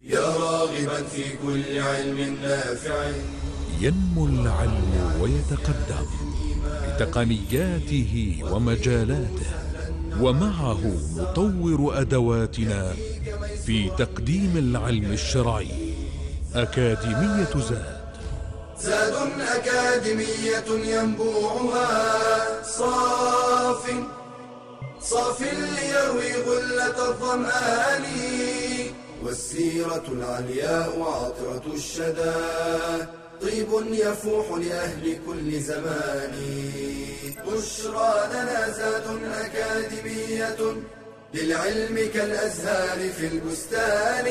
يا راغبا في كل علم نافع. ينمو العلم ويتقدم بتقنياته ومجالاته، ومعه نطور أدواتنا في تقديم العلم الشرعي. أكاديمية زاد أكاديمية ينبوعها صاف ليروي غلة الظمآن، والسيرة العلياء عطرة الشدى طيب يفوح لأهل كل زمان. بشرى لنا زاد أكاديمية للعلم كالأزهار في البستان.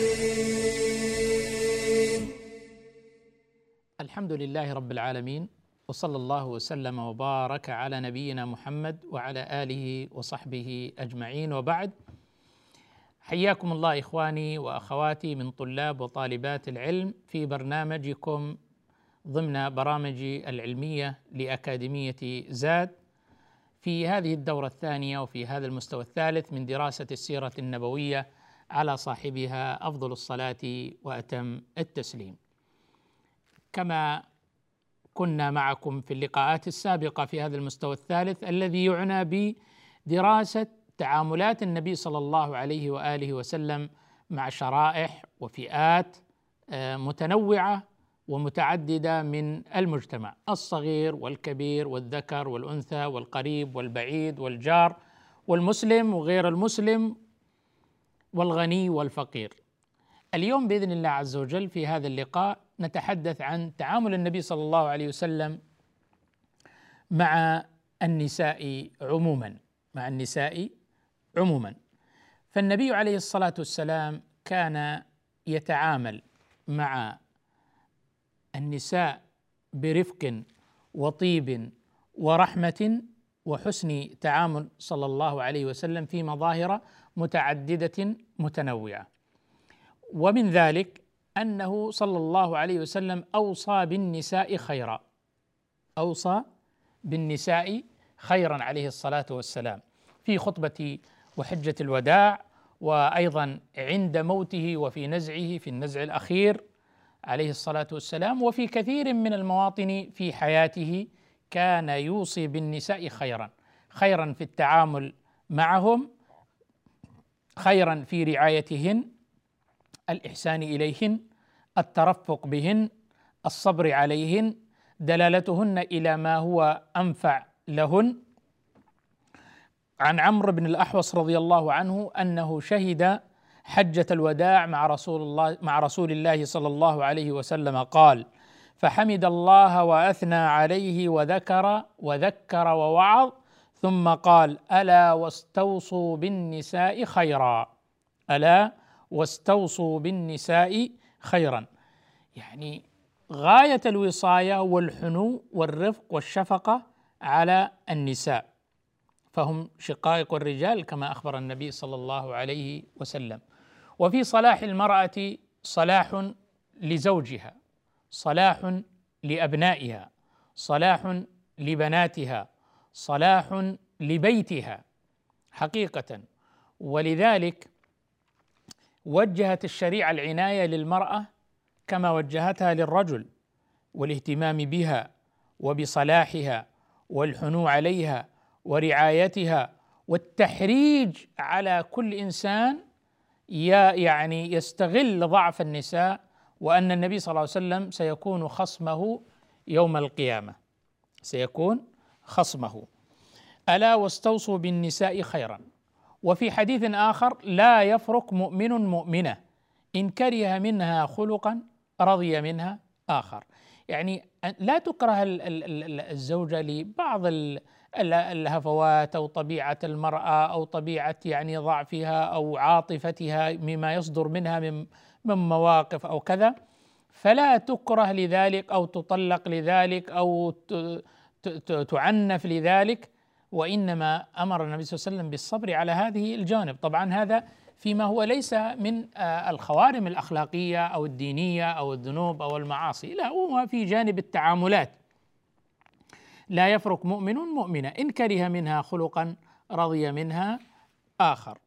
الحمد لله رب العالمين، وصلى الله وسلم وبارك على نبينا محمد وعلى آله وصحبه أجمعين، وبعد. حياكم الله إخواني وأخواتي من طلاب وطالبات العلم في برنامجكم ضمن برامجي العلمية لأكاديمية زاد في هذه الدورة الثانية وفي هذا المستوى الثالث من دراسة السيرة النبوية على صاحبها أفضل الصلاة وأتم التسليم. كما كنا معكم في اللقاءات السابقة في هذا المستوى الثالث الذي يعنى بدراسة تعاملات النبي صلى الله عليه وآله وسلم مع شرائح وفئات متنوعة ومتعددة من المجتمع، الصغير والكبير والذكر والأنثى والقريب والبعيد والجار والمسلم وغير المسلم والغني والفقير. اليوم بإذن الله عز وجل في هذا اللقاء نتحدث عن تعامل النبي صلى الله عليه وسلم مع النساء عموما. فالنبي عليه الصلاة والسلام كان يتعامل مع النساء برفق وطيب ورحمة وحسن تعامل صلى الله عليه وسلم في مظاهر متعددة متنوعة. ومن ذلك أنه صلى الله عليه وسلم أوصى بالنساء خيرا عليه الصلاة والسلام في خطبة وحجة الوداع، وأيضا عند موته وفي نزعه في النزع الأخير عليه الصلاة والسلام، وفي كثير من المواطن في حياته كان يوصي بالنساء خيرا في التعامل معهم، خيرا في رعايتهن، الإحسان إليهن، الترفق بهن، الصبر عليهن، دلالتهن إلى ما هو أنفع لهن. عن عمرو بن الأحوص رضي الله عنه أنه شهد حجة الوداع مع رسول الله صلى الله عليه وسلم، قال: فحمد الله وأثنى عليه وذكر ووعظ، ثم قال: ألا واستوصوا بالنساء خيرا. يعني غاية الوصاية والحنو والرفق والشفقة على النساء، فهم شقائق الرجال كما أخبر النبي صلى الله عليه وسلم. وفي صلاح المرأة صلاح لزوجها، صلاح لأبنائها، صلاح لبناتها، صلاح لبيتها حقيقة. ولذلك وجهت الشريعة العناية للمرأة كما وجهتها للرجل، والاهتمام بها وبصلاحها والحنو عليها ورعايتها، والتحريج على كل إنسان يعني يستغل ضعف النساء، وأن النبي صلى الله عليه وسلم سيكون خصمه يوم القيامة، ألا واستوصوا بالنساء خيرا. وفي حديث آخر: لا يفرق مؤمن مؤمنة إن كره منها خلقا رضي منها آخر. يعني لا تكره الزوجة لبعض الهفوات أو طبيعة المرأة أو طبيعة يعني ضعفها أو عاطفتها مما يصدر منها من مواقف أو كذا، فلا تكره لذلك أو تطلق لذلك أو تعنف لذلك، وإنما أمر النبي صلى الله عليه وسلم بالصبر على هذه الجانب. طبعا هذا فيما هو ليس من الخوارم الأخلاقية أو الدينية أو الذنوب أو المعاصي، لا، هو في جانب التعاملات. لا يفرق مؤمن مؤمنة إن كره منها خلقا رضي منها آخر.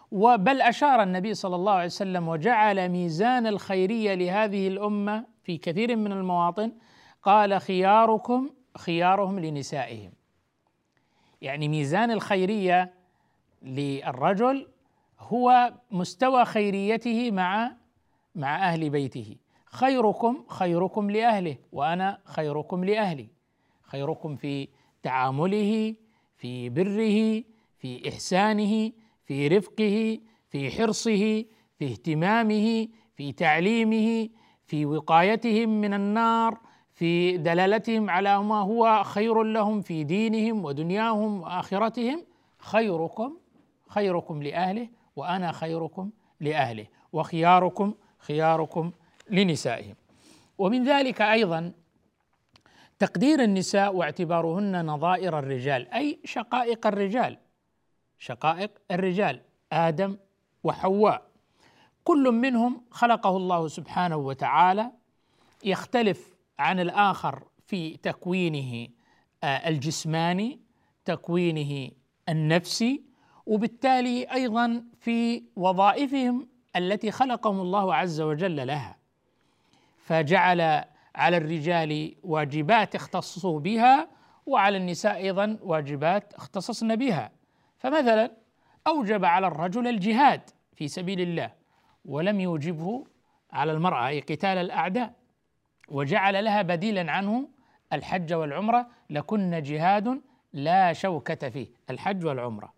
وبل أشار النبي صلى الله عليه وسلم وجعل ميزان الخيرية لهذه الأمة في كثير من المواطن، قال خياركم خيارهم لنسائهم. يعني ميزان الخيرية للرجل هو مستوى خيريته مع أهل بيته. خيركم خيركم لأهله وأنا خيركم لأهلي. خيركم في تعامله، في بره، في إحسانه، في رفقه، في حرصه، في اهتمامه، في تعليمه، في وقايتهم من النار، في دلالتهم على ما هو خير لهم في دينهم ودنياهم وآخرتهم. خيركم خيركم لأهله وأنا خيركم لأهله، وخياركم خياركم لنسائهم. ومن ذلك أيضا تقدير النساء واعتبارهن نظائر الرجال، أي شقائق الرجال. شقائق الرجال آدم وحواء، كل منهم خلقه الله سبحانه وتعالى يختلف عن الآخر في تكوينه الجسماني، تكوينه النفسي، وبالتالي أيضا في وظائفهم التي خلقهم الله عز وجل لها. فجعل على الرجال واجبات اختصوا بها، وعلى النساء أيضا واجبات اختصصن بها. فمثلا أوجب على الرجل الجهاد في سبيل الله ولم يوجبه على المرأة، أي قتال الأعداء، وجعل لها بديلا عنه الحج والعمرة، لكن جهاد لا شوكة فيه، الحج والعمرة.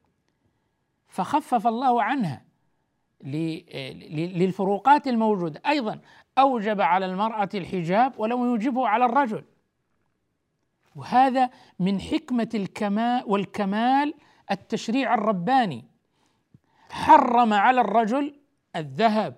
فخفف الله عنها للفروقات الموجودة. أيضا أوجب على المرأة الحجاب ولم يوجبه على الرجل، وهذا من حكمة الكمال والكمال التشريع الرباني. حرم على الرجل الذهب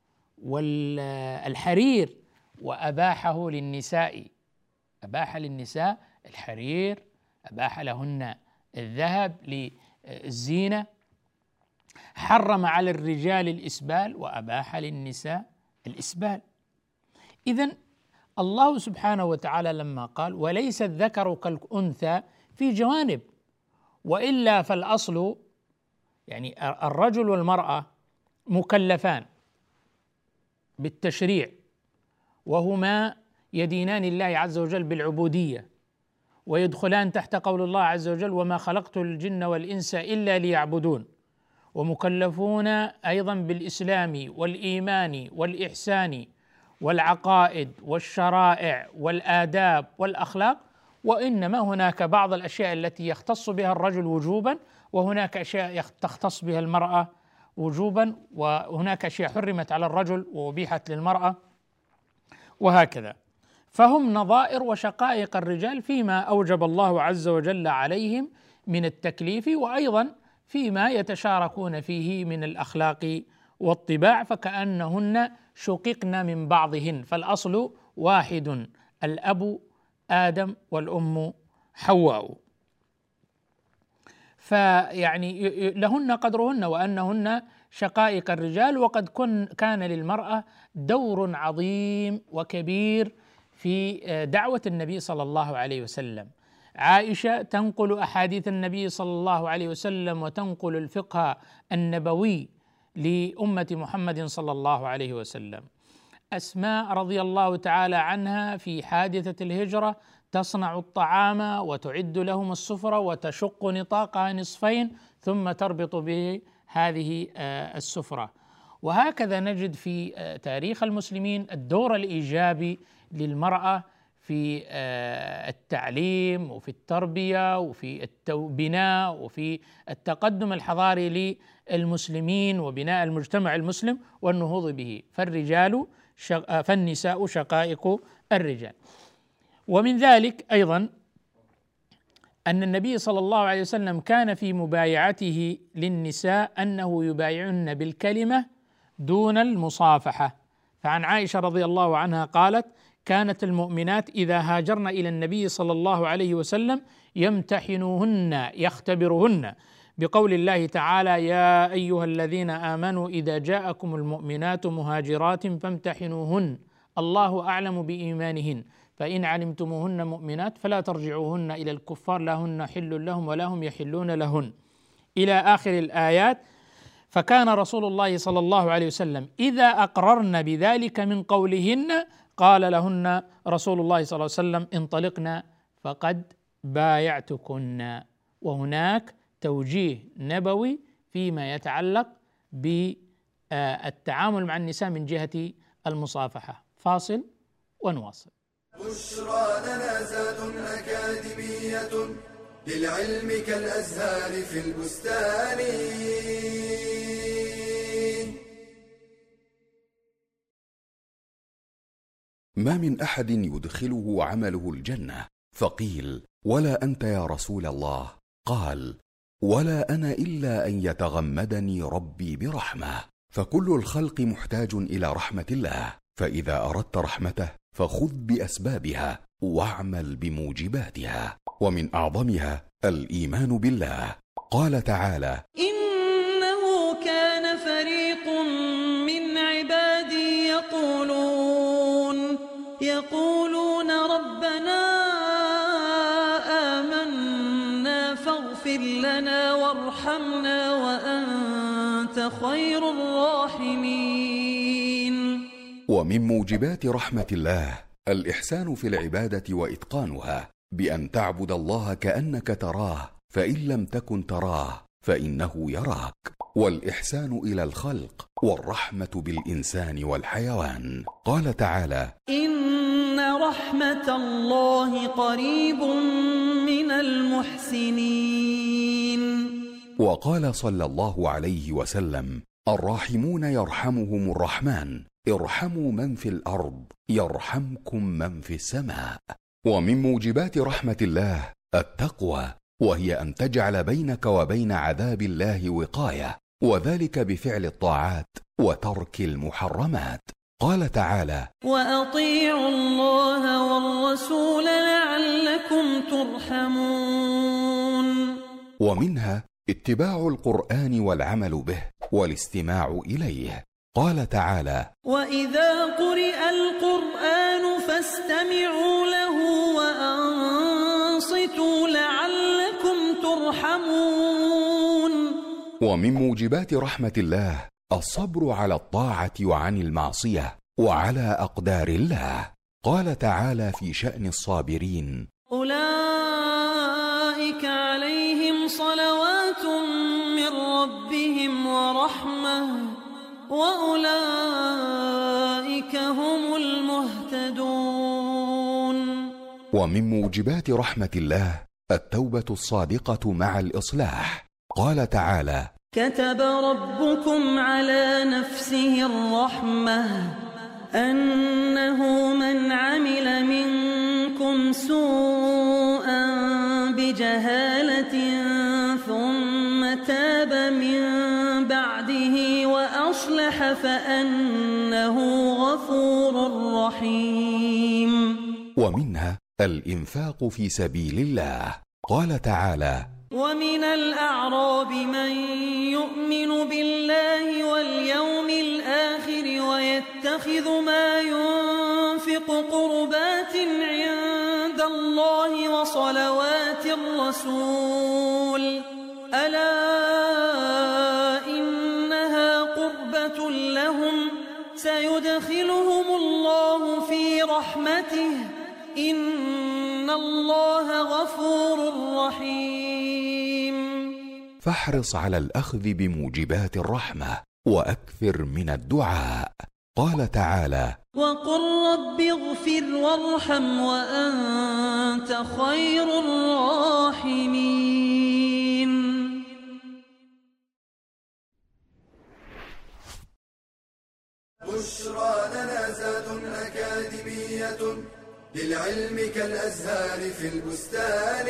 والحرير وأباحه للنساء. أباح للنساء الحرير، أباح لهن الذهب للزينة. حرم على الرجال الإسبال وأباح للنساء الإسبال. إذن الله سبحانه وتعالى لما قال وليس الذكر كالأنثى في جوانب، وإلا فالأصل يعني الرجل والمرأة مكلفان بالتشريع، وهما يدينان الله عز وجل بالعبودية، ويدخلان تحت قول الله عز وجل وما خلقت الجن والإنس إلا ليعبدون، ومكلفون أيضا بالإسلام والإيمان والإحسان والعقائد والشرائع والآداب والأخلاق. وإنما هناك بعض الأشياء التي يختص بها الرجل وجوبا، وهناك أشياء تختص بها المرأة وجوبا، وهناك أشياء حرمت على الرجل وأبيحت للمرأة، وهكذا. فهم نظائر وشقائق الرجال فيما أوجب الله عز وجل عليهم من التكليف، وأيضا فيما يتشاركون فيه من الأخلاق والطباع، فكأنهن شققن من بعضهن، فالأصل واحد، الأب آدم والأم حواء. فيعني لهن قدرهن وأنهن شقائق الرجال. وقد كان للمرأة دور عظيم وكبير في دعوة النبي صلى الله عليه وسلم. عائشة تنقل أحاديث النبي صلى الله عليه وسلم وتنقل الفقه النبوي لأمة محمد صلى الله عليه وسلم. أسماء رضي الله تعالى عنها في حادثة الهجرة تصنع الطعام وتعد لهم السفرة وتشق نطاقها نصفين ثم تربط به هذه السفرة. وهكذا نجد في تاريخ المسلمين الدور الإيجابي للمرأة في التعليم وفي التربية وفي البناء وفي التقدم الحضاري للمسلمين وبناء المجتمع المسلم والنهوض به. فالنساء شقائق الرجال. ومن ذلك أيضا أن النبي صلى الله عليه وسلم كان في مبايعته للنساء أنه يبايعن بالكلمة دون المصافحة. فعن عائشة رضي الله عنها قالت كانت المؤمنات إذا هاجرن إلى النبي صلى الله عليه وسلم يمتحنوهن يختبرهن، بقول الله تعالى يا أيها الذين آمنوا إذا جاءكم المؤمنات مهاجرات فامتحنوهن الله أعلم بإيمانهن فإن علمتموهن مؤمنات فلا ترجعوهن إلى الكفار لا هن حل لهم ولا هم يحلون لهن، إلى آخر الآيات. فكان رسول الله صلى الله عليه وسلم إذا أقررن بذلك من قولهن قال لهن رسول الله صلى الله عليه وسلم: انطلقنا فقد بايعتكن. وهناك توجيه نبوي فيما يتعلق بالتعامل مع النساء من جهة المصافحة. فاصل ونواصل. بشرى لنا زاد أكاديمية للعلم كالأزهار في البستان. ما من أحد يدخله عمله الجنة، فقيل: ولا أنت يا رسول الله؟ قال: ولا أنا إلا أن يتغمدني ربي برحمة. فكل الخلق محتاج إلى رحمة الله، فإذا أردت رحمته فخذ بأسبابها واعمل بموجباتها، ومن أعظمها الإيمان بالله. قال تعالى: إنه كان فريق من عبادي يقولون ربنا آمنا فاغفر لنا وارحمنا وأنت خير الراحمين. ومن موجبات رحمة الله الإحسان في العبادة وإتقانها، بأن تعبد الله كأنك تراه، فإن لم تكن تراه فإنه يراك، والإحسان إلى الخلق، والرحمة بالإنسان والحيوان. قال تعالى: إن رحمة الله قريب من المحسنين. وقال صلى الله عليه وسلم: الراحمون يرحمهم الرحمن، ارحموا من في الأرض يرحمكم من في السماء. ومن موجبات رحمة الله التقوى، وهي أن تجعل بينك وبين عذاب الله وقاية، وذلك بفعل الطاعات وترك المحرمات. قال تعالى: وأطيعوا الله والرسول لعلكم ترحمون. ومنها اتباع القرآن والعمل به والاستماع إليه. قال تعالى: وإذا قرئ القرآن فاستمعوا له وأنصتوا لعلكم ترحمون. ومن موجبات رحمة الله الصبر على الطاعة وعن المعصية وعلى أقدار الله. قال تعالى في شأن الصابرين: أولئك عليهم صلوات من ربهم ورحمة وأولئك هم المهتدون. ومن موجبات رحمة الله التوبة الصادقة مع الإصلاح. قال تعالى: كتب ربكم على نفسه الرحمة أنه من عمل منكم سوءا بجهالة ثم تاب من بعده وأصلح فأنه غفور رحيم. ومنها الإنفاق في سبيل الله. قال تعالى: ومن الأعراب من يؤمن بالله واليوم الآخر ويتخذ ما ينفق قربات عند الله وصلوات الرسول ألا إنها قربة لهم سيدخلهم الله في رحمته إن الله غفور رحيم. فاحرص على الأخذ بموجبات الرحمة وأكثر من الدعاء. قال تعالى: وقل رب اغفر وارحم وأنت خير الراحمين. بشرى لنا زاد أكاديمية للعلم كالأزهار في البستان.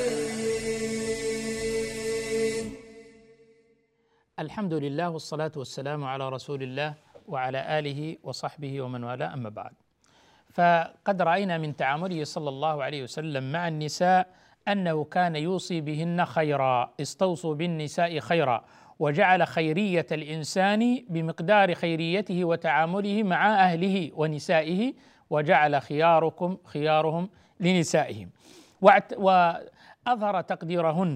الحمد لله والصلاة والسلام على رسول الله وعلى آله وصحبه ومن والاه، أما بعد. فقد رأينا من تعامله صلى الله عليه وسلم مع النساء أنه كان يوصي بهن خيرا، استوصوا بالنساء خيرا، وجعل خيرية الإنسان بمقدار خيريته وتعامله مع أهله ونسائه، وجعل خيارهم لنسائهم، وأظهر تقديرهن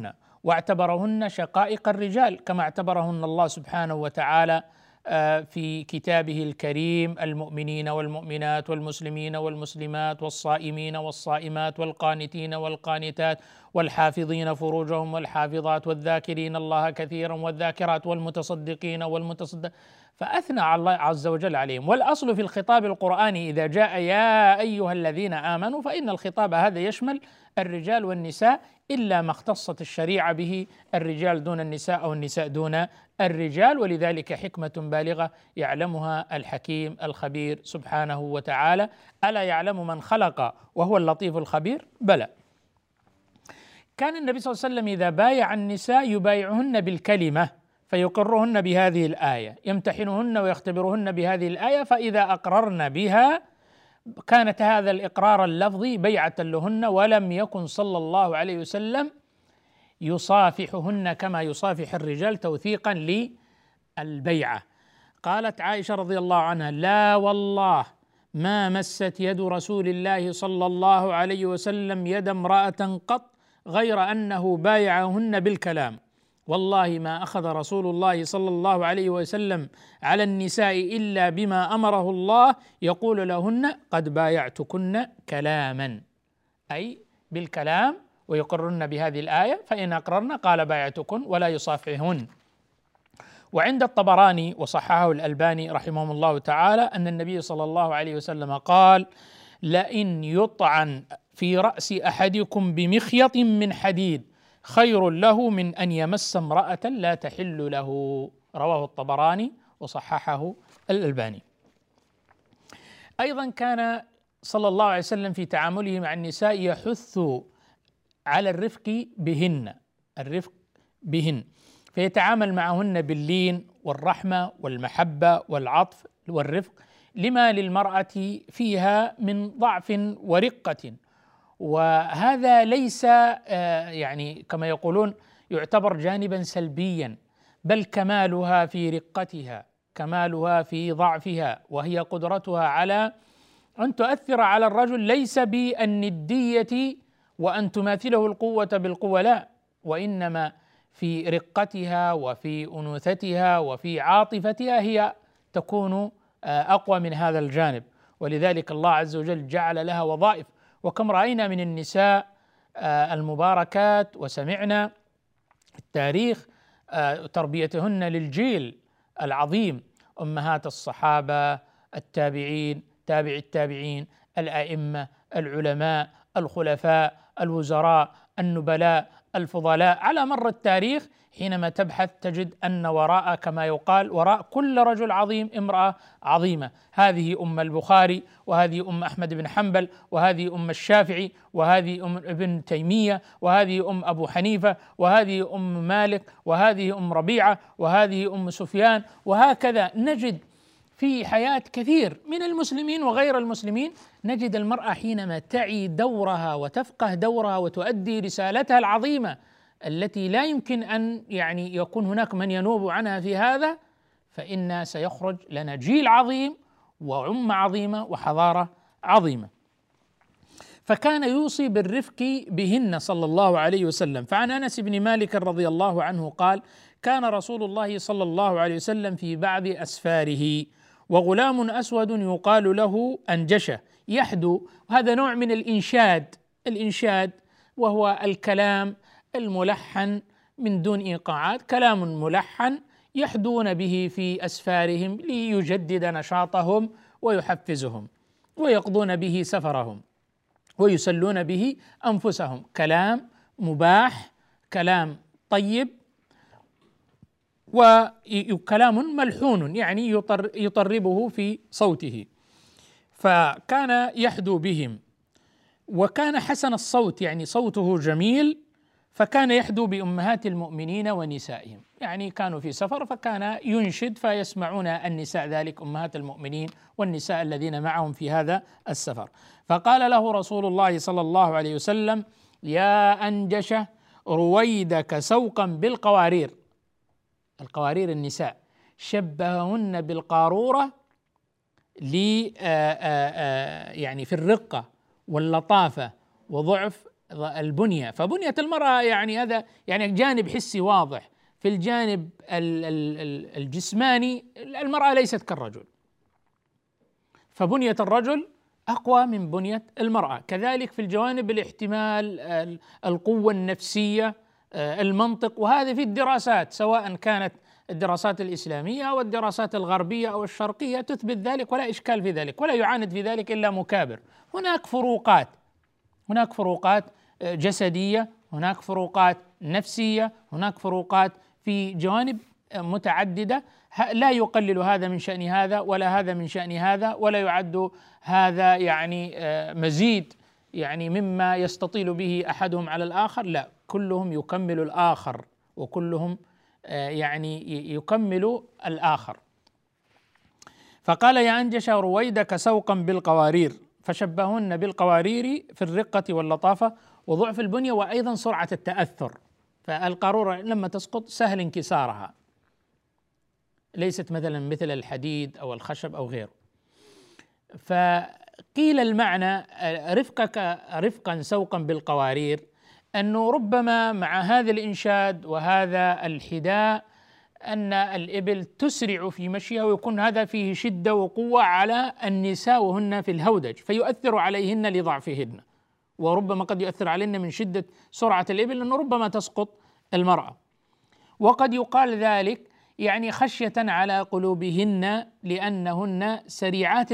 واعتبرهن شقائق الرجال كما اعتبرهن الله سبحانه وتعالى في كتابه الكريم: المؤمنين والمؤمنات والمسلمين والمسلمات والصائمين والصائمات والقانتين والقانتات والحافظين فروجهم والحافظات والذاكرين الله كثيرا والذاكرات والمتصدقين والمتصدق، فأثنى على الله عز وجل عليهم. والأصل في الخطاب القرآني إذا جاء يا أيها الذين آمنوا فإن الخطاب هذا يشمل الرجال والنساء، إلا ما اختصت الشريعة به الرجال دون النساء أو النساء دون الرجال، ولذلك حكمة بالغة يعلمها الحكيم الخبير سبحانه وتعالى. ألا يعلم من خلق وهو اللطيف الخبير؟ بلى. كان النبي صلى الله عليه وسلم إذا بايع النساء يبايعهن بالكلمة فيقرهن بهذه الآية، يمتحنهن ويختبرهن بهذه الآية، فإذا أقررن بها كانت هذا الإقرار اللفظي بيعة لهن، ولم يكن صلى الله عليه وسلم يصافحهن كما يصافح الرجال توثيقا للبيعة. قالت عائشة رضي الله عنها: لا والله ما مست يد رسول الله صلى الله عليه وسلم يد امرأة قط غير أنه بايعهن بالكلام، والله ما أخذ رسول الله صلى الله عليه وسلم على النساء إلا بما أمره الله، يقول لهن: قد بايعتكن كلاما، أي بالكلام، ويقررن بهذه الآية، فإن أقررن قال بايعتكن ولا يصافحهن. وعند الطبراني وصححه الألباني رحمهم الله تعالى أن النبي صلى الله عليه وسلم قال: لئن يطعن في رأس أحدكم بمخيط من حديد خير له من أن يمس امرأة لا تحل له. رواه الطبراني وصححه الألباني. أيضا كان صلى الله عليه وسلم في تعامله مع النساء يحث على الرفق بهن، فيتعامل معهن باللين والرحمة والمحبة والعطف والرفق لما للمرأة فيها من ضعف ورقة، وهذا ليس يعني كما يقولون يعتبر جانبا سلبيا، بل كمالها في رقتها، كمالها في ضعفها، وهي قدرتها على أن تؤثر على الرجل ليس بالندية وأن تماثله القوة بالقوة، لا، وإنما في رقتها وفي أنوثتها وفي عاطفتها هي تكون أقوى من هذا الجانب. ولذلك الله عز وجل جعل لها وظائف، وكم رأينا من النساء المباركات وسمعنا التاريخ تربيتهن للجيل العظيم، أمهات الصحابة، التابعين، تابع التابعين، الأئمة، العلماء، الخلفاء، الوزراء، النبلاء، الفضلاء، على مر التاريخ حينما تبحث تجد أن وراء، كما يقال، وراء كل رجل عظيم امرأة عظيمة. هذه أم البخاري، وهذه أم أحمد بن حنبل، وهذه أم الشافعي، وهذه أم ابن تيمية، وهذه أم أبو حنيفة، وهذه أم مالك، وهذه أم ربيعة، وهذه أم سفيان، وهكذا نجد في حياة كثير من المسلمين وغير المسلمين. نجد المرأة حينما تعي دورها وتفقه دورها وتؤدي رسالتها العظيمة التي لا يمكن أن يكون هناك من ينوب عنها في هذا، فإن سيخرج لنا جيل عظيم وأمة عظيمة وحضارة عظيمة. فكان يوصي بالرفق بهن صلى الله عليه وسلم. فعن أنس بن مالك رضي الله عنه قال: كان رسول الله صلى الله عليه وسلم في بعض أسفاره وغلام أسود يقال له أنجشة يحدو. هذا نوع من الإنشاد وهو الكلام الملحن من دون إيقاعات، كلام ملحن يحدون به في أسفارهم ليجدد نشاطهم ويحفزهم، ويقضون به سفرهم ويسلون به أنفسهم. كلام مباح، كلام طيب، وكلام ملحون يعني يطربه في صوته. فكان يحدو بهم، وكان حسن الصوت، يعني صوته جميل، فكان يحدو بأمهات المؤمنين ونسائهم، يعني كانوا في سفر فكان ينشد فيسمعون النساء ذلك، أمهات المؤمنين والنساء الذين معهم في هذا السفر. فقال له رسول الله صلى الله عليه وسلم: يا أنجشة رويدك سوقا بالقوارير. القوارير النساء، شبههن بالقارورة يعني في الرقة واللطافة وضعف البنية. فبنية المرأة يعني هذا يعني جانب حسي واضح. في الجانب الجسماني المرأة ليست كالرجل، فبنية الرجل أقوى من بنية المرأة. كذلك في الجوانب الاحتمال، القوة النفسية، المنطق، وهذه في الدراسات سواء كانت الدراسات الإسلامية أو الدراسات الغربية أو الشرقية تثبت ذلك، ولا إشكال في ذلك، ولا يعاند في ذلك إلا مكابر. هناك فروقات جسدية، هناك فروقات نفسية، هناك فروقات في جوانب متعددة، لا يقلل هذا من شأن هذا ولا هذا من شأن هذا، ولا يعد هذا يعني مزيد يعني مما يستطيل به أحدهم على الآخر، لا، كلهم يكمل الآخر، وكلهم يعني يكمل الآخر. فقال يا أنجش رويدك سوقا بالقوارير، فشبههن بالقوارير في الرقة واللطافة وضعف البنية وأيضا سرعة التأثر. فالقارورة لما تسقط سهل انكسارها، ليست مثلا مثل الحديد أو الخشب أو غيره. فقيل المعنى رفقا سوقا بالقوارير أنه ربما مع هذا الإنشاد وهذا الحداء أن الإبل تسرع في مشيها، ويكون هذا فيه شدة وقوة على النساء وهن في الهودج، فيؤثر عليهن لضعفهن، وربما قد يؤثر عليهن من شدة سرعة الإبل أنه ربما تسقط المرأة. وقد يقال ذلك يعني خشية على قلوبهن لأنهن سريعات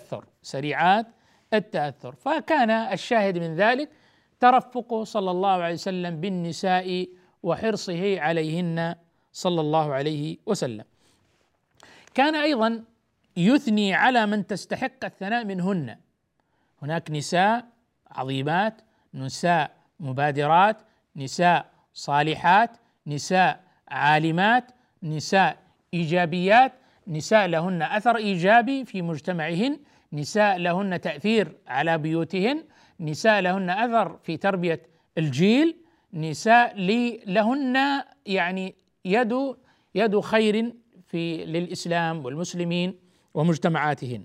التأثر. فكان الشاهد من ذلك ترفقه صلى الله عليه وسلم بالنساء وحرصه عليهن صلى الله عليه وسلم. كان أيضا يثني على من تستحق الثناء منهن. هناك نساء عظيمات، نساء مبادرات، نساء صالحات، نساء عالمات، نساء إيجابيات، نساء لهن أثر إيجابي في مجتمعهن، نساء لهن تأثير على بيوتهن، نساء لهن أثر في تربية الجيل، نساء لهن يعني يد خير للإسلام والمسلمين ومجتمعاتهن.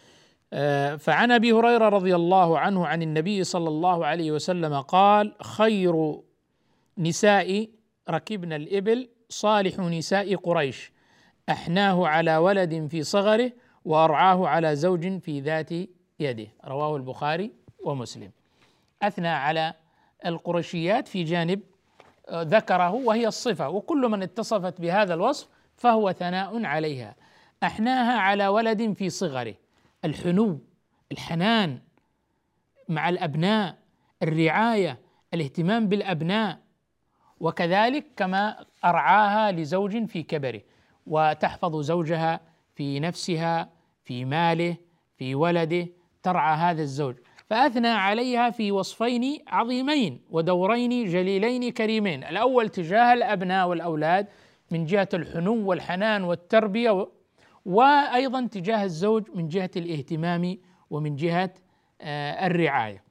فعن أبي هريرة رضي الله عنه عن النبي صلى الله عليه وسلم قال: خير نساء ركبن الإبل صالح نساء قريش، أحناه على ولد في صغره وأرعاه على زوج في ذات يده. رواه البخاري ومسلم. أثنى على القرشيات في جانب ذكره وهي الصفة، وكل من اتصفت بهذا الوصف فهو ثناء عليها. أحناها على ولد في صغره، الحنو، الحنان مع الأبناء، الرعاية، الاهتمام بالأبناء، وكذلك كما أرعاها لزوج في كبره، وتحفظ زوجها في نفسها، في ماله، في ولده، ترعى هذا الزوج. فأثنى عليها في وصفين عظيمين ودورين جليلين كريمين: الأول تجاه الأبناء والأولاد من جهة الحنو والحنان والتربية، وأيضا تجاه الزوج من جهة الاهتمام ومن جهة الرعاية.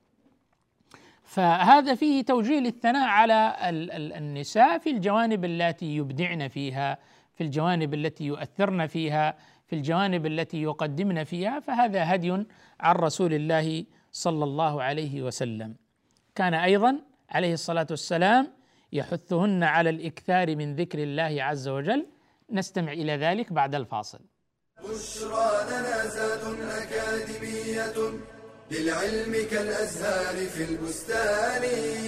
فهذا فيه توجيه للثناء على النساء في الجوانب التي يبدعن فيها، في الجوانب التي يؤثرن فيها، في الجوانب التي يقدمن فيها. فهذا هدي عن رسول الله صلى الله عليه وسلم. كان أيضا عليه الصلاة والسلام يحثهن على الإكثار من ذكر الله عز وجل. نستمع إلى ذلك بعد الفاصل. بشرى لنا زاد أكاديمية للعلم كالأزهار في البستان.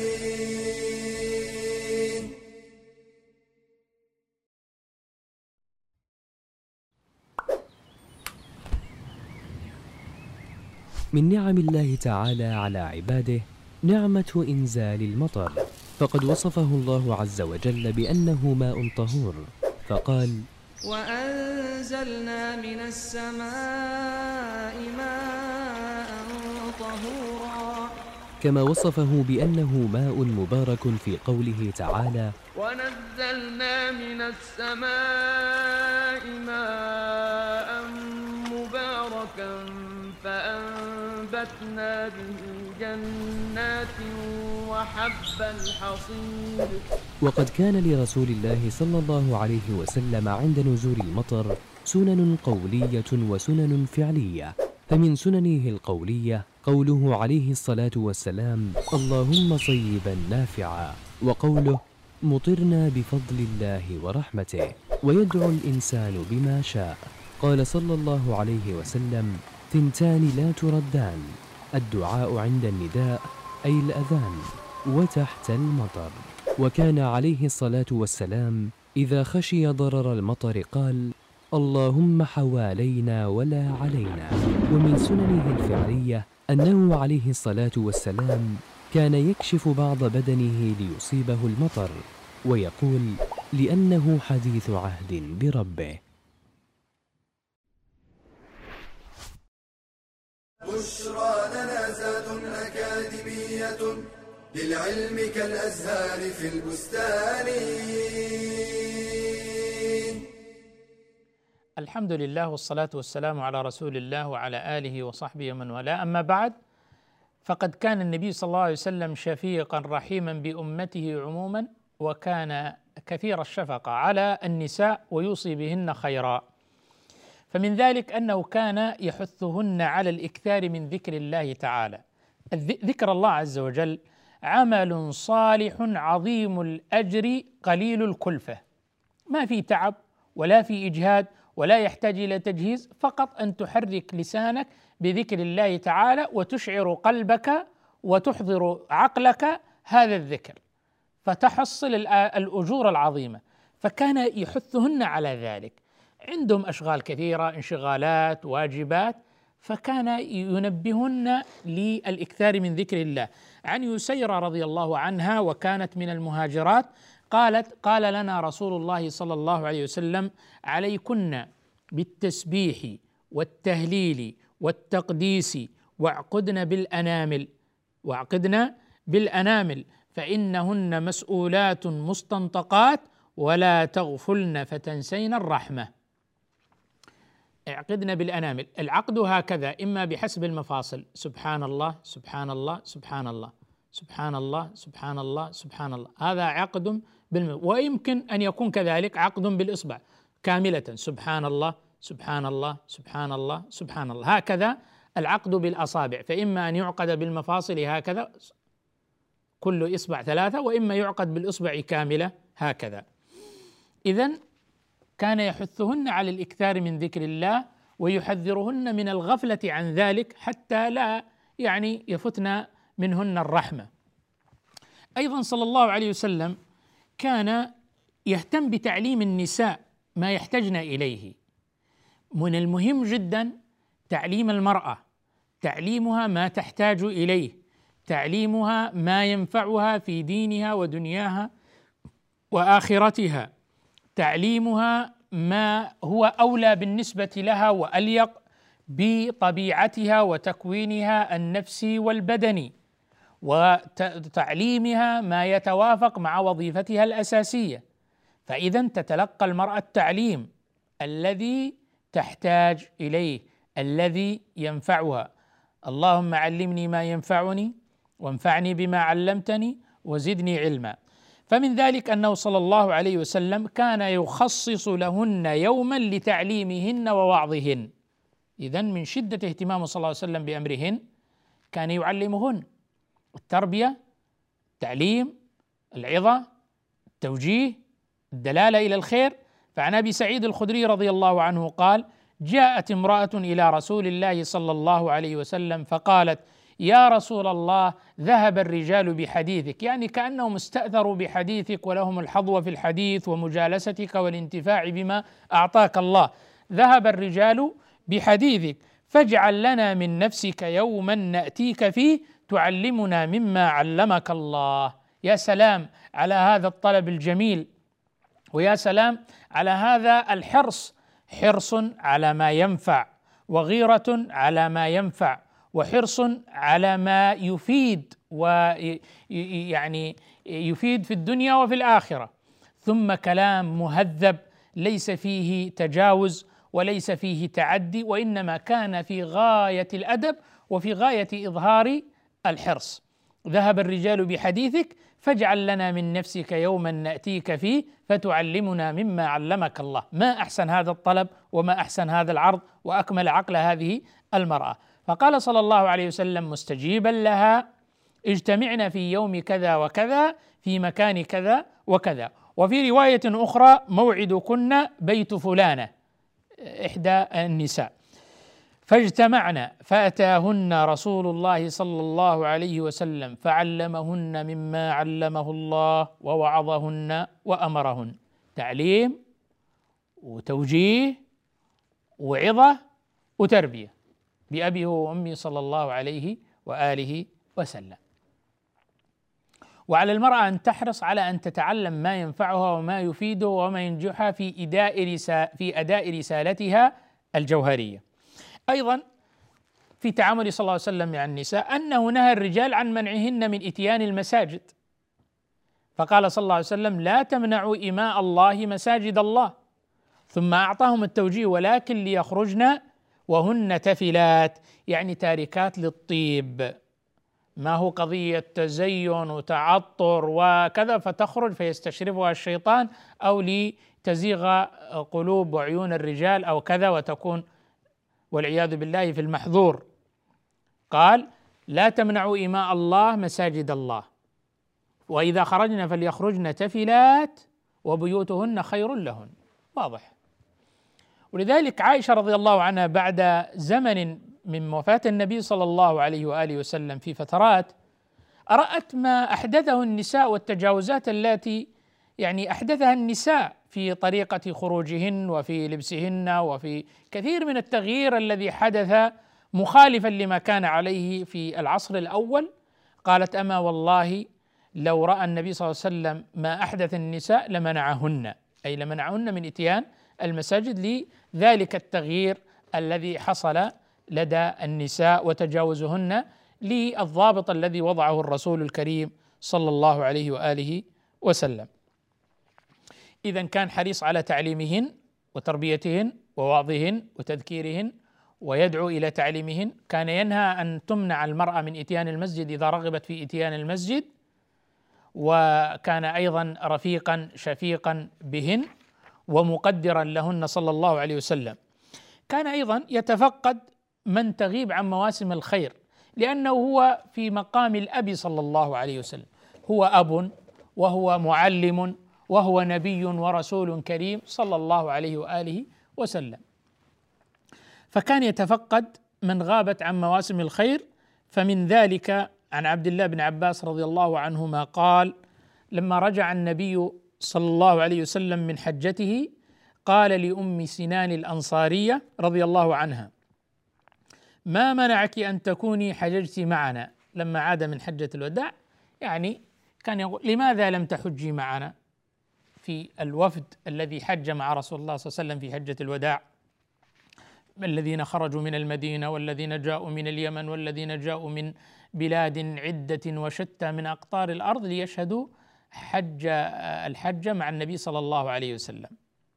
من نعم الله تعالى على عباده نعمة إنزال المطر، فقد وصفه الله عز وجل بأنه ماء طهور، فقال: وأنزلنا من السماء ماء طهورا، كما وصفه بأنه ماء مبارك في قوله تعالى: ونزلنا من السماء ماء مباركا فأنبتنا به جنات وحب الحصيد. وقد كان لرسول الله صلى الله عليه وسلم عند نزول المطر سنن قولية وسنن فعلية. فمن سننه القولية قوله عليه الصلاة والسلام: اللهم صيبا نافعا، وقوله: مطرنا بفضل الله ورحمته، ويدعو الإنسان بما شاء. قال صلى الله عليه وسلم: ثنتان لا تردان، الدعاء عند النداء أي الأذان، وتحت المطر. وكان عليه الصلاة والسلام إذا خشي ضرر المطر قال: اللهم حوالينا ولا علينا. ومن سننه الفعلية أنه عليه الصلاة والسلام كان يكشف بعض بدنه ليصيبه المطر، ويقول: لأنه حديث عهد بربه. بشرى لنا زاد أكاديمية للعلم كالأزهار في البستان. الحمد لله والصلاة والسلام على رسول الله وعلى آله وصحبه ومن والاه، أما بعد، فقد كان النبي صلى الله عليه وسلم شفيقا رحيما بأمته عموما، وكان كثير الشفقة على النساء ويوصي بهن خيرا. فمن ذلك أنه كان يحثهن على الإكثار من ذكر الله تعالى. ذكر الله عز وجل عمل صالح عظيم الأجر قليل الكلفة، ما في تعب ولا في إجهاد ولا يحتاج إلى تجهيز، فقط أن تحرك لسانك بذكر الله تعالى وتشعر قلبك وتحضر عقلك هذا الذكر، فتحصل الأجور العظيمة. فكان يحثهن على ذلك. عندهم أشغال كثيرة، انشغالات، واجبات، فكان ينبهن للإكثار من ذكر الله. عن يسيرة رضي الله عنها، وكانت من المهاجرات، قالت: قال لنا رسول الله صلى الله عليه وسلم: عليكن بالتسبيح والتهليل والتقديس واعقدن بالأنامل فإنهن مسؤولات مستنطقات، ولا تغفلن فتنسين الرحمة. اعقدن بالأنامل، العقد هكذا، إما بحسب المفاصل، سبحان الله سبحان الله سبحان الله سبحان الله سبحان الله سبحان الله، هذا عقد ويمكن أن يكون كذلك عقد بالإصبع كاملة، سبحان الله سبحان الله سبحان الله سبحان الله، هكذا العقد بالأصابع. فإما أن يعقد بالمفاصل هكذا كل إصبع 3، وإما يعقد بالإصبع كاملة هكذا. إذن كان يحثهن على الإكثار من ذكر الله، ويحذرهن من الغفلة عن ذلك حتى لا يفتن منهن الرحمة. أيضا صلى الله عليه وسلم كان يهتم بتعليم النساء ما يحتاجن إليه. من المهم جدا تعليم المرأة، تعليمها ما تحتاج إليه، تعليمها ما ينفعها في دينها ودنياها وآخرتها، تعليمها ما هو أولى بالنسبة لها وأليق بطبيعتها وتكوينها النفسي والبدني، وتعليمها ما يتوافق مع وظيفتها الأساسية. فإذا تتلقى المرأة التعليم الذي تحتاج إليه، الذي ينفعها. اللهم علمني ما ينفعني وانفعني بما علمتني وزدني علما. فمن ذلك أنه صلى الله عليه وسلم كان يخصص لهن يوما لتعليمهن ووعظهن. إذن من شدة اهتمامه صلى الله عليه وسلم بأمرهن كان يعلمهن التربية، التعليم، العظة، التوجيه، الدلالة إلى الخير. فعن أبي سعيد الخدري رضي الله عنه قال: جاءت امرأة إلى رسول الله صلى الله عليه وسلم فقالت: يا رسول الله، ذهب الرجال بحديثك، يعني كأنهم استأثروا بحديثك ولهم الحظوة في الحديث ومجالستك والانتفاع بما أعطاك الله. ذهب الرجال بحديثك، فاجعل لنا من نفسك يوما نأتيك فيه تعلمنا مما علمك الله. يا سلام على هذا الطلب الجميل، ويا سلام على هذا الحرص، حرص على ما ينفع، وغيرة على ما ينفع، وحرص على ما يفيد، ويعني يفيد في الدنيا وفي الآخرة. ثم كلام مهذب ليس فيه تجاوز وليس فيه تعدي، وإنما كان في غاية الأدب وفي غاية إظهار الحرص. ذهب الرجال بحديثك، فاجعل لنا من نفسك يوما نأتيك فيه فتعلمنا مما علمك الله. ما أحسن هذا الطلب، وما أحسن هذا العرض، وأكمل عقل هذه المرأة. فقال صلى الله عليه وسلم مستجيبا لها: اجتمعنا في يوم كذا وكذا في مكان كذا وكذا. وفي رواية أخرى: موعدكن بيت فلانة، إحدى النساء. فاجتمعنا فأتاهن رسول الله صلى الله عليه وسلم فعلمهن مما علمه الله ووعظهن وأمرهن، تعليم وتوجيه وعظة وتربية بأبيه وأمي صلى الله عليه وآله وسلم. وعلى المرأة أن تحرص على أن تتعلم ما ينفعها وما يفيدها وما ينجحها في أداء رسالتها الجوهرية. أيضا في تعامل صلى الله عليه وسلم مع النساء أنه نهى الرجال عن منعهن من إتيان المساجد، فقال صلى الله عليه وسلم: لا تمنعوا إماء الله مساجد الله، ثم أعطاهم التوجيه: ولكن ليخرجن وهن تفلات، يعني تاركات للطيب، ما هو قضية تزين وتعطر وكذا فتخرج فيستشرفها الشيطان أو لتزيغ قلوب وعيون الرجال أو كذا وتكون والعياذ بالله في المحظور. قال: لا تمنعوا إماء الله مساجد الله، وإذا خرجن فليخرجن تفلات وبيوتهن خير لهن. واضح. ولذلك عائشة رضي الله عنها بعد زمن من وفاة النبي صلى الله عليه وآله وسلم في فترات رأت ما أحدثه النساء والتجاوزات التي يعني أحدثها النساء في طريقة خروجهن وفي لبسهن وفي كثير من التغيير الذي حدث مخالفا لما كان عليه في العصر الأول. قالت: أما والله لو رأى النبي صلى الله عليه وسلم ما أحدث النساء لمنعهن، أي لمنعهن من إتيان المساجد لذلك التغيير الذي حصل لدى النساء وتجاوزهن للضابط الذي وضعه الرسول الكريم صلى الله عليه وآله وسلم. إذا كان حريص على تعليمهن وتربيتهن ووعظهن وتذكيرهن ويدعو إلى تعليمهن. كان ينهى أن تمنع المرأة من إتيان المسجد إذا رغبت في إتيان المسجد، وكان أيضا رفيقا شفيقا بهن ومقدرا لهن صلى الله عليه وسلم. كان أيضا يتفقد من تغيب عن مواسم الخير، لأنه هو في مقام الأب صلى الله عليه وسلم، هو أب وهو معلم وهو نبي ورسول كريم صلى الله عليه وآله وسلم. فكان يتفقد من غابت عن مواسم الخير. فمن ذلك عن عبد الله بن عباس رضي الله عنهما قال: لما رجع النبي صلى الله عليه وسلم من حجته قال لأم سنان الأنصارية رضي الله عنها: ما منعك أن تكوني حججت معنا؟ لما عاد من حجة الوداع يعني كان يقول: لماذا لم تحجي معنا في الوفد الذي حج مع رسول الله صلى الله عليه وسلم في حجة الوداع، الذين خرجوا من المدينة والذين جاءوا من اليمن والذين جاءوا من بلاد عدة وشتى من أقطار الأرض ليشهدوا الحج مع النبي صلى الله عليه وسلم.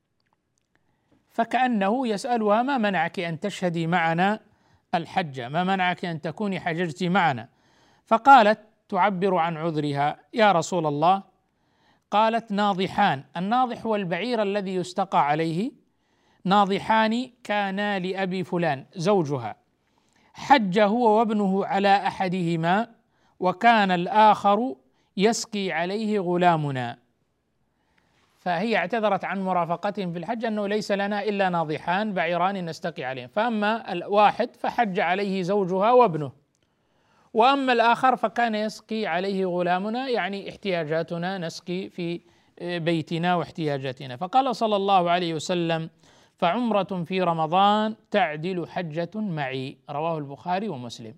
فكأنه يسألها: ما منعك أن تشهدي معنا الحج؟ ما منعك أن تكوني حججت معنا؟ فقالت تعبر عن عذرها: يا رسول الله، قالت: ناضحان. الناضح هو البعير الذي يستقى عليه. ناضحان كانا لأبي فلان زوجها، حج هو وابنه على أحدهما وكان الآخر يسقي عليه غلامنا. فهي اعتذرت عن مرافقتهم في الحج أنه ليس لنا إلا ناضحان بعيران نستقي عليهم، فأما الواحد فحج عليه زوجها وابنه، وأما الآخر فكان يسقي عليه غلامنا، يعني احتياجاتنا نسقي في بيتنا واحتياجاتنا. فقال صلى الله عليه وسلم: فعمرة في رمضان تعدل حجة معي، رواه البخاري ومسلم.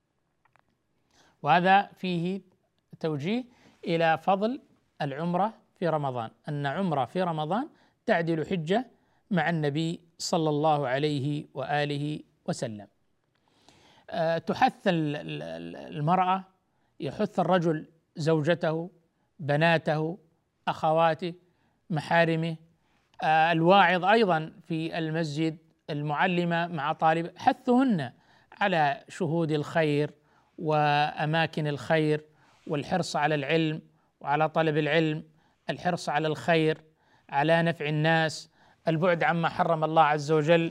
وهذا فيه توجيه إلى فضل العمرة في رمضان، أن عمرة في رمضان تعدل حجة مع النبي صلى الله عليه وآله وسلم. تحث المرأة، يحث الرجل زوجته، بناته، أخواته، محارمه، الواعظ أيضا في المسجد، المعلمة مع طالب، حثهن على شهود الخير وأماكن الخير والحرص على العلم وعلى طلب العلم، الحرص على الخير، على نفع الناس، البعد عما حرم الله عز وجل،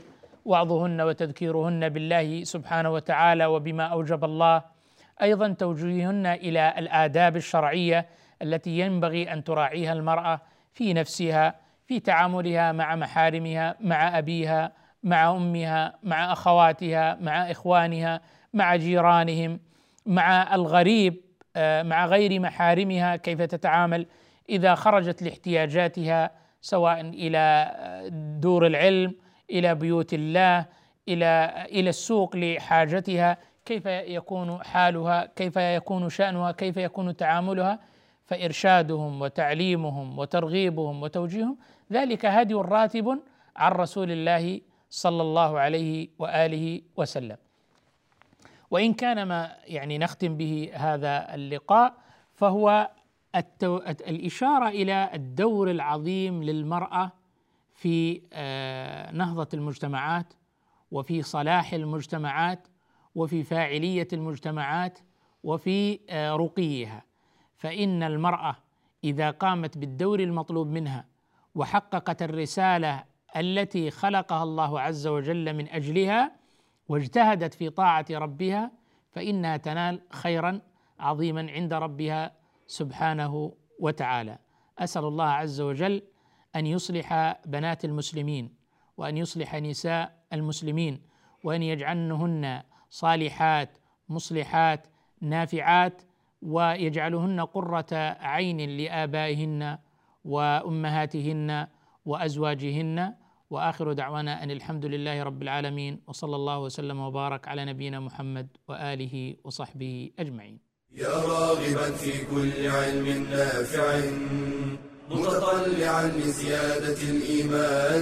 وعظهن وتذكيرهن بالله سبحانه وتعالى وبما أوجب الله، أيضا توجيههن إلى الآداب الشرعية التي ينبغي أن تراعيها المرأة في نفسها، في تعاملها مع محارمها، مع أبيها، مع أمها، مع أخواتها، مع إخوانها، مع جيرانهم، مع الغريب، مع غير محارمها، كيف تتعامل إذا خرجت لاحتياجاتها سواء إلى دور العلم، إلى بيوت الله، إلى السوق لحاجتها، كيف يكون حالها، كيف يكون شأنها، كيف يكون تعاملها. فإرشادهم وتعليمهم وترغيبهم وتوجيههم ذلك هدي راتب عن رسول الله صلى الله عليه وآله وسلم. وإن كان ما نختم به هذا اللقاء فهو الإشارة إلى الدور العظيم للمرأة في نهضة المجتمعات، وفي صلاح المجتمعات، وفي فاعلية المجتمعات، وفي رقيها. فإن المرأة إذا قامت بالدور المطلوب منها وحققت الرسالة التي خلقها الله عز وجل من أجلها واجتهدت في طاعة ربها، فإنها تنال خيرا عظيما عند ربها سبحانه وتعالى. أسأل الله عز وجل أن يصلح بنات المسلمين، وأن يصلح نساء المسلمين، وأن يجعلهن صالحات مصلحات نافعات، ويجعلهن قرة عين لآبائهن وأمهاتهن وأزواجهن. وآخر دعوانا أن الحمد لله رب العالمين، وصلى الله وسلم وبارك على نبينا محمد وآله وصحبه أجمعين. يا راغبا في كل علم نافع متطلعا لزيادة الإيمان،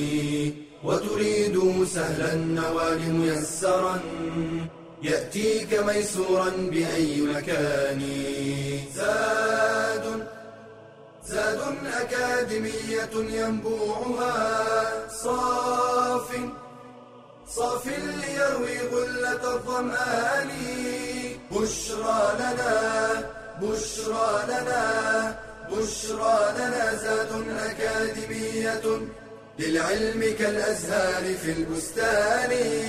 وتريد سهلا النوال ميسرا يأتيك ميسورا بأي مكان. زاد أكاديمية ينبوعها صاف ليروي غلة الظمآن. بشرى لنا زاد أكاديمية للعلم كالأزهار في البستان.